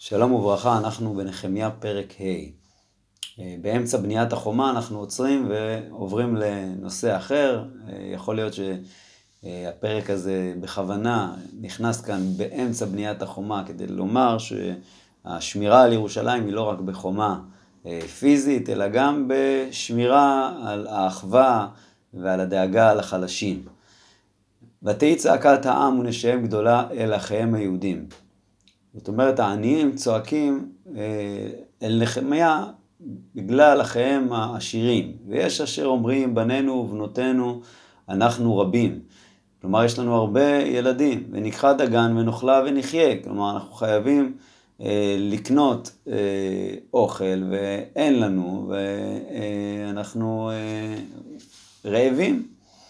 שלום וברכה, אנחנו בנחמיה פרק ה'. באמצע בניית החומה אנחנו עוצרים ועוברים לנושא אחר. יכול להיות שהפרק הזה בכוונה נכנס כאן באמצע בניית החומה כדי לומר שהשמירה על ירושלים היא לא רק בחומה פיזית, אלא גם בשמירה על האחווה ועל הדאגה לחלשים. ותהי צעקת העם ונשיהם גדולה אל אחיהם היהודים. זאת אומרת, העניים צועקים אל נחמיה בגלל אחיהם העשירים. ויש אשר אומרים, בנינו ובנותינו אנחנו רבים. כלומר, יש לנו הרבה ילדים, וניקחה דגן ונאכלה ונחיה. כלומר, אנחנו חייבים לקנות אוכל, ואין לנו, ואנחנו רעבים.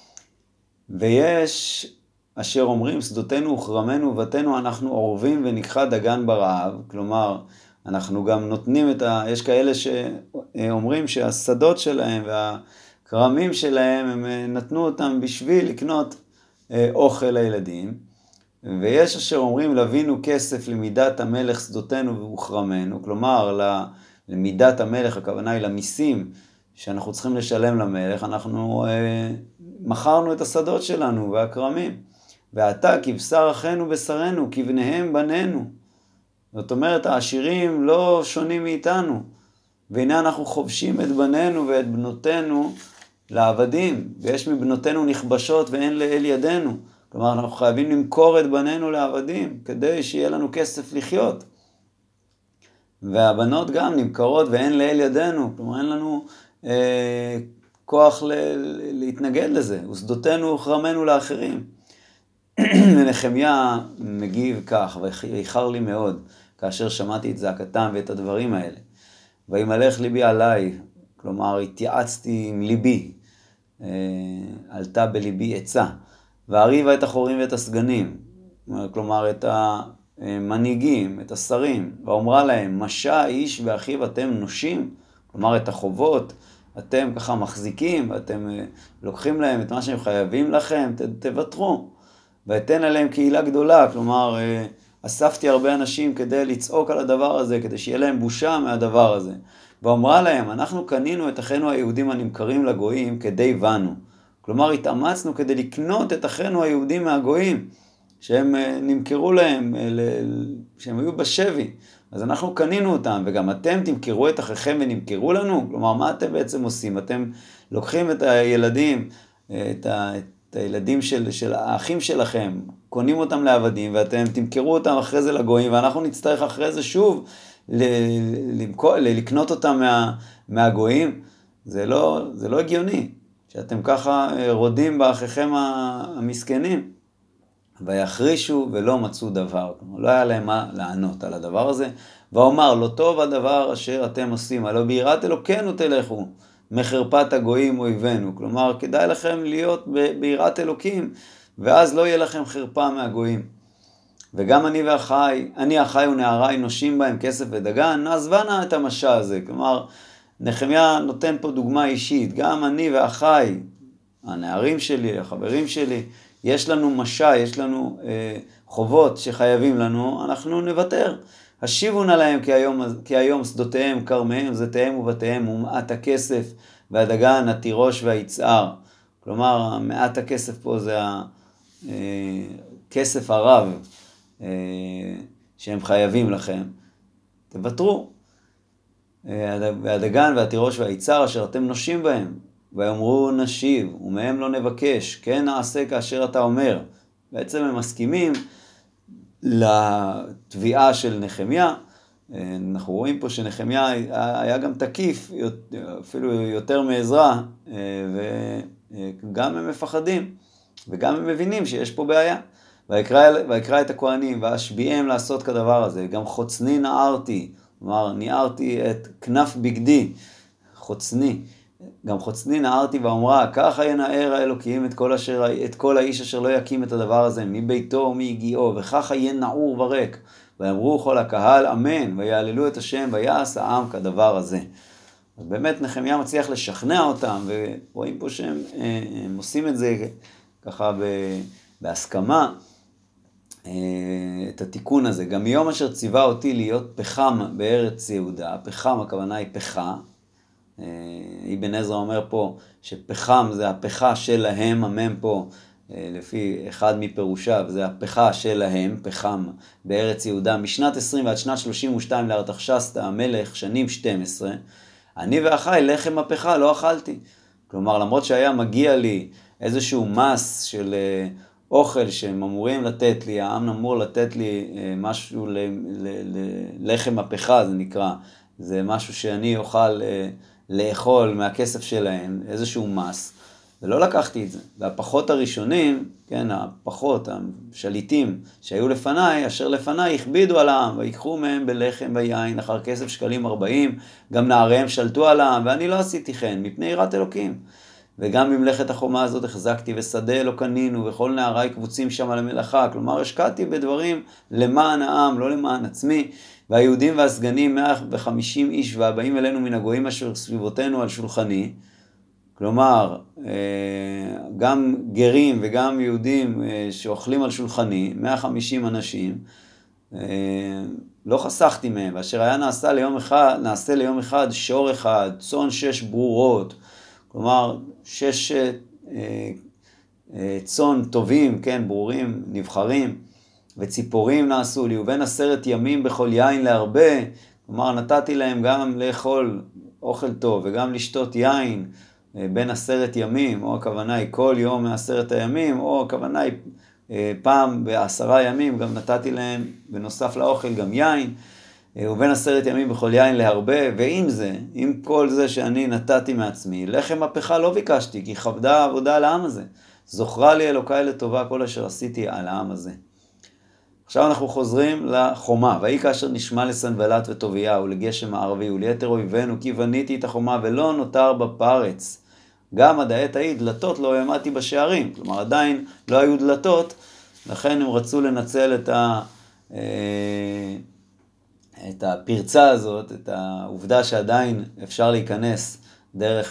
ויש אשר אומרים, שדותינו וכרמנו ובתינו אנחנו עורבים וניקחה דגן ברעב. כלומר, אנחנו גם נותנים יש כאלה שאומרים שהשדות שלהם והכרמים שלהם, הם נתנו אותם בשביל לקנות אוכל לילדים. ויש אשר אומרים, לבינו כסף למידת המלך שדותינו וכרמנו. כלומר, למידת המלך, הכוונה היא למיסים שאנחנו צריכים לשלם למלך. אנחנו מכרנו את השדות שלנו והכרמים. ואתה כבשר אחינו בשרנו, כבניהם בנינו. זאת אומרת, העשירים לא שונים מאיתנו. והנה אנחנו חובשים את בנינו ואת בנותינו לעבדים. ויש מבנותינו נכבשות ואין לאל ידינו. כלומר, אנחנו חייבים למכור את בנינו לעבדים, כדי שיהיה לנו כסף לחיות. והבנות גם נמכרות ואין לאל ידינו. כלומר, אין לנו כוח להתנגד לזה. ושדותינו וכרמנו לאחרים. ונחמיה מגיב כך, ואיחר לי מאוד, כאשר שמעתי את זעקתם ואת הדברים האלה. וימלך ליבי עליי, כלומר, התייעצתי עם ליבי, עלתה בליבי עצה, והריבה את החורים ואת הסגנים, כלומר, את המנהיגים, את השרים, ואומרה להם, משה איש ואחיו אתם נושים, כלומר, את החובות, אתם ככה מחזיקים, ואתם לוקחים להם את מה שהם חייבים לכם, תוותרו. ואתן עליהם קהילה גדולה, כלומר, אספתי הרבה אנשים כדי לצעוק על הדבר הזה, כדי שיהיה להם בושה מהדבר הזה. ואומרה להם, אנחנו קנינו את אחינו היהודים הנמכרים לגויים כדי בנו. כלומר, התאמצנו כדי לקנות את אחינו היהודים מהגויים, שהם נמכרו להם, שהם היו בשבי. אז אנחנו קנינו אותם, וגם אתם תמכרו את אחיכם ונמכרו לנו. כלומר, מה אתם בעצם עושים? אתם לוקחים את הילדים, את הילדים של האחים שלכם, קונים אותם לעבדים, ואתם תמכרו אותם אחרי זה לגויים, ואנחנו נצטרך אחרי זה שוב לקנות אותם מהגויים. זה לא הגיוני, שאתם ככה רודים באחיכם המסכנים. ויחרישו ולא מצאו דבר. כלומר, לא היה להם מה לענות על הדבר הזה. ואומר, לא טוב הדבר אשר אתם עושים, הלא ביראת אלוקינו תלכו. מחרפת הגויים אויבינו. כלומר, כדאי לכם להיות ביראת אלוקים, ואז לא יהיה לכם חרפה מהגויים. וגם אני אחי ונערי נושים בהם כסף ודגן, נעזבה נא את המשא הזה. כלומר, נחמיה נותן פה דוגמה אישית. גם אני ואחי, הנערים שלי, החברים שלי, יש לנו משא, יש לנו חובות שחייבים לנו, אנחנו נוותר. השיבו נא להם כי היום שדותיהם, כרמיהם, זיתיהם ובתיהם, ומעט הכסף והדגן, התירוש והיצהר. כלומר, מעט הכסף פה זה הכסף הרב שהם חייבים לכם. תוותרו. והדגן והתירוש והיצהר אשר אתם נושים בהם. ויאמרו נשיב, ומהם לא נבקש, כן נעשה כאשר אתה אומר. בעצם הם מסכימים לתביעה של נחמיה. אנחנו רואים פה שנחמיה היה גם תקיף, אפילו יותר מעזרה, וגם הם מפחדים, וגם הם מבינים שיש פה בעיה. ויקרא את הכהנים, ואשביעם לעשות כדבר הזה. גם חוצני נערתי, כלומר, ניערתי את כנף בגדי, חוצני. גם חוצני נערתי ואומרה, ככה ינער האלוקים את כל האיש אשר לא יקים את הדבר הזה, מביתו ומהגיעו, וככה יהיה נעור וריק. ואמרו כל הקהל, אמן, ויעללו את השם, ויעש העם כדבר הזה. אז באמת נחמיה מצליח לשכנע אותם, ורואים פה שהם עושים את זה ככה בהסכמה. את התיקון הזה. גם מיום אשר ציווה אותי להיות פחם בארץ יהודה, פחם הכוונה היא פחה, אבן עזרא אומר פה שפחם זה הפחה שלהם, המם פה לפי אחד מפירושיו זה הפחה שלהם, פחם בארץ יהודה, משנת 20 ועד שנת 32 לארתחשסתא המלך, שנים 12, אני ואחיי לחם הפחה לא אכלתי. כלומר, למרות שהיה מגיע לי איזשהו מס של אוכל שהם אמורים לתת לי, העם אמור לתת לי משהו לחם הפחה, זה נקרא, זה משהו שאני אוכל לאכול מהכסף שלהם, איזשהו מס, ולא לקחתי את זה. והפחות הראשונים, כן, הפחות, השליטים שהיו לפניי, אשר לפניי הכבידו על העם, ויקחו מהם בלחם ויין, אחר כסף שקלים 40, גם נעריהם שלטו על העם, ואני לא עשיתי כן, מפני יראת אלוקים. וגם במלאכת החומה הזאת החזקתי, ושדה לא קנינו, וכל נעריי קבוצים שם על המלאכה. כלומר, השקעתי בדברים למען העם, לא למען עצמי. והיהודים והסגנים 150 איש, והבאים אלינו מן הגויים אשר סביבותינו על שולחני. כלומר, גם גרים וגם יהודים שאוכלים על שולחני, 150 אנשים, לא חסכתי מהם. ואשר היה נעשה ליום אחד שור אחד, צאן 6 ברורות, כלומר 6 צאן טובים, כן, ברורים, נבחרים, וציפורים נעשו לי, ובין 10 ימים בכל יין להרבה, כלומר נתתי להם גם לאכול אוכל טוב וגם לשתות יין בין 10 ימים, או הכוונה היא כל יום מ10 הימים, או הכוונה היא פעם ב10 ימים, גם נתתי להם בנוסף לאוכל גם יין, ובין 10 ימים בכל יין להרבה. ועם זה, עם כל זה שאני נתתי מעצמי, לחם הפחה לא ביקשתי, כי כבדה עבודה על העם הזה. זוכרה לי אלוקיי לטובה כל אשר עשיתי על העם הזה. עכשיו אנחנו חוזרים לחומה. ויהי כאשר נשמע לסנבלת וטוביה ולגשם הערבי וליתר אויבינו, כי בניתי את החומה ולא נותר בפרץ. גם עד העת ההיא דלתות לא העמדתי בשערים. כלומר עדיין לא היו דלתות, לכן הם רצו לנצל את הפרצה הזאת, את העובדה שעדיין אפשר להיכנס דרך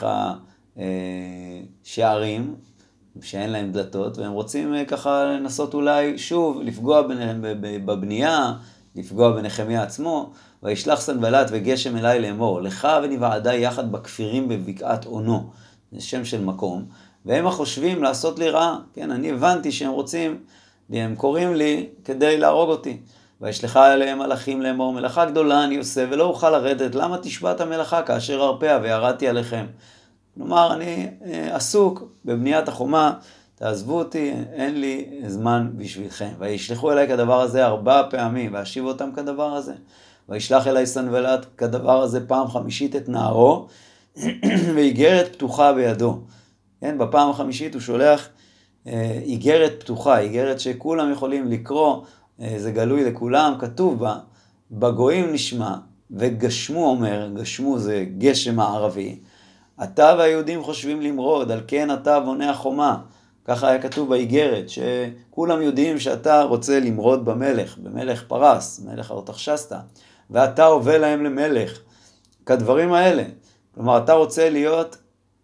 השערים, שאין להם דלתות, והם רוצים ככה לנסות אולי שוב לפגוע בבנייה, לפגוע בנחמיה עצמו. וישלח סנבלת וגשם אליי לאמור, לך ונבעדי יחד בכפירים בבקעת אונו, זה שם של מקום, והם החושבים לעשות לי רעה, כן, אני הבנתי שהם רוצים, והם קוראים לי כדי להרוג אותי. וישלחה אליהם מלאכים לאמור, מלאכה גדולה אני עושה ולא אוכל לרדת, למה תשבת המלאכה כאשר ארפיה וירדתי עליכם? כלומר, אני עסוק בבניית החומה, תעזבו אותי, אין לי זמן בשבילכם. וישלחו אליי כדבר הזה 4 פעמים, ואשיבו אותם כדבר הזה. וישלח אליי סנבלת כדבר הזה פעם 5 את נערו, ואיגרת פתוחה בידו. כן, בפעם 5 הוא שולח איגרת פתוחה, איגרת שכולם יכולים לקרוא, זה גלוי לכולם, כתוב בה, בגויים נשמע, וגשמו אומר, גשמו זה גשם הערבי, אתה והיהודים חושבים למרוד, על כן אתה בונה החומה. ככה היה כתוב באיגרת, שכולם יודעים שאתה רוצה למרוד במלך פרס, מלך ארתחשסתא, ואתה הובל להם למלך, כדברים האלה. כלומר, אתה רוצה להיות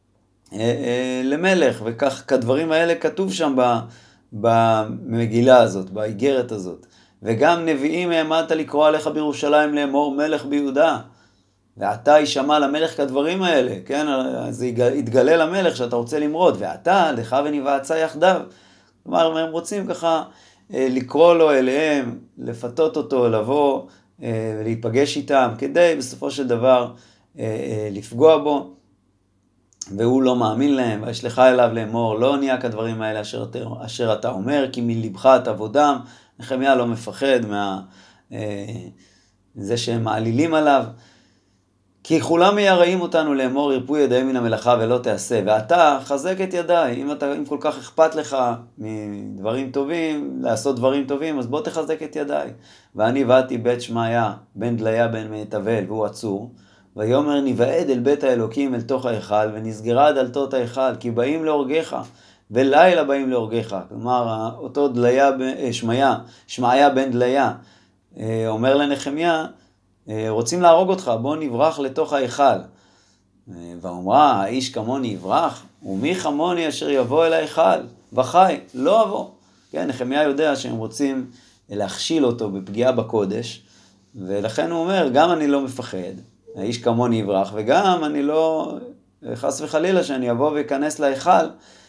למלך, וכך כדברים האלה כתוב שם במגילה הזאת, באיגרת הזאת. וגם נביאים העמדת לקרוא עליך בירושלים לאמור מלך ביהודה. ואתה ישמע למלך כדברים האלה, כן? זה יתגלה למלך שאתה רוצה למרוד, ואתה, לך ונבעצה יחדיו. כלומר, הם רוצים ככה לקרוא לו אליהם, לפתות אותו, לבוא ולהיפגש איתם, כדי בסופו של דבר לפגוע בו, והוא לא מאמין להם. וישלח אליו לאמור, לא נהיה כדברים האלה אשר אתה אומר, כי מלבך תעבודם. נחמיה לא מפחד זה שהם מעלילים עליו. כי כולם מייראים אותנו לאמור, ירפו ידיהם מן המלאכה ולא תעשה. ואתה חזק את ידיי, אם כל כך אכפת לך מדברים טובים, לעשות דברים טובים, אז בוא תחזק את ידיי. ואני באתי בית שמעיה, בן דליה בן מיטבל, והוא עצור. ויאמר נבעד אל בית האלוקים אל תוך ההיכל, ונסגרה דלתות ההיכל, כי באים להורגך, ולילה באים להורגך. כלומר, אותו שמעיה בן דליה, אומר לנחמיה, רוצים להרוג אותך, בוא נברח לתוך ההיכל. ואומרה, האיש כמוני יברח, ומי כמוני אשר יבוא אל ההיכל, וחי, לא אבוא. כן, נחמיה יודע שהם רוצים להכשיל אותו בפגיעה בקודש, ולכן הוא אומר, גם אני לא מפחד, האיש כמוני יברח, וגם אני לא, חס וחלילה שאני אבוא ויכנס להיכל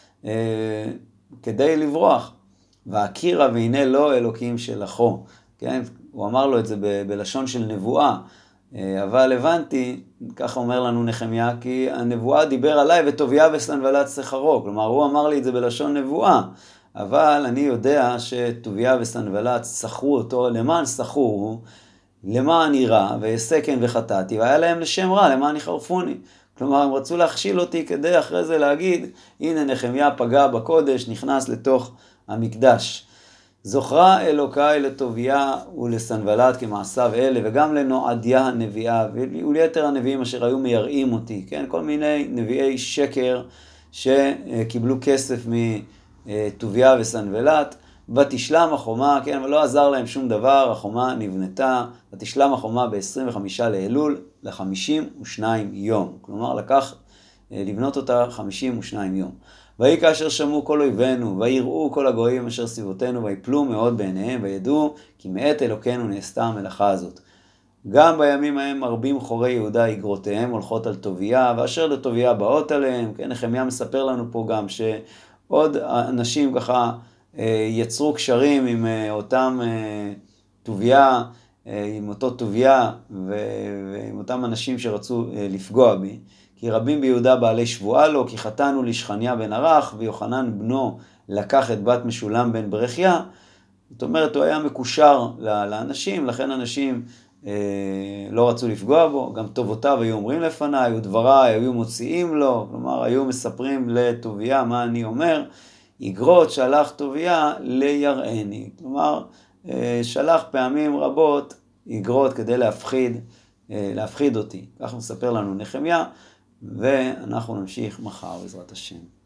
כדי לברוח. והכירה והנה לא אלוקים שלחו, כן? הוא אמר לו את זה בלשון של נבואה, אבל הבנתי, ככה אומר לנו נחמיה, כי הנבואה דיבר עליי וטוביה וסנבלת שכרו, כלומר הוא אמר לי את זה בלשון נבואה, אבל אני יודע שטוביה וסנבלת שכרו אותו, למען שכרו, למען ירא ויסכן וחטאתי, והיה להם לשם רע, למען יחרפוני. כלומר, הם רצו להכשיל אותי כדי אחרי זה להגיד, הנה נחמיה פגע בקודש, נכנס לתוך המקדש. זוכרה אלוקיי לטוביה ולסנבלת כמעשיו אלה, וגם לנועדיה הנביאה, וליתר הנביאים אשר היו מייראים אותי, כן? כל מיני נביאי שקר שקיבלו כסף מטוביה וסנבלת, ותשלם החומה, כן? אבל לא עזר להם שום דבר, החומה נבנתה, ותשלם החומה ב-25 לאלול ל-52 יום. כלומר, לקח לבנות אותה 52 יום. ויהי כאשר שמעו כל אויבינו, ויראו כל הגויים אשר סביבותינו, ויפלו מאוד בעיניהם, וידעו כי מאת אלוקינו נעשתה המלאכה הזאת. גם בימים ההם מרבים חורי יהודה אגרותיהם הולכות על טוביה, ואשר לטוביה באות עליהם. כן, נחמיה מספר לנו פה גם שעוד אנשים ככה יצרו קשרים עם אותם טוביה, עם אותו טוביה, ועם אותם אנשים שרצו לפגוע בי. כי רבים ביהודה בעלי שבועה לו, כי חתנו לשכניה בן ערך, ויוחנן בנו לקח את בת משולם בן ברכיה. זאת אומרת, הוא היה מקושר לאנשים, לכן אנשים לא רצו לפגוע בו. גם טובותיו היו אומרים לפניי, ודבריי היו מוציאים לו, כלומר, היו מספרים לטוביה מה אני אומר. יגרות שלח טוביה ליראני. כלומר, שלח פעמים רבות יגרות כדי להפחיד אותי. כך מספר לנו נחמיה. ואנחנו נמשיך מחר בעזרת השם.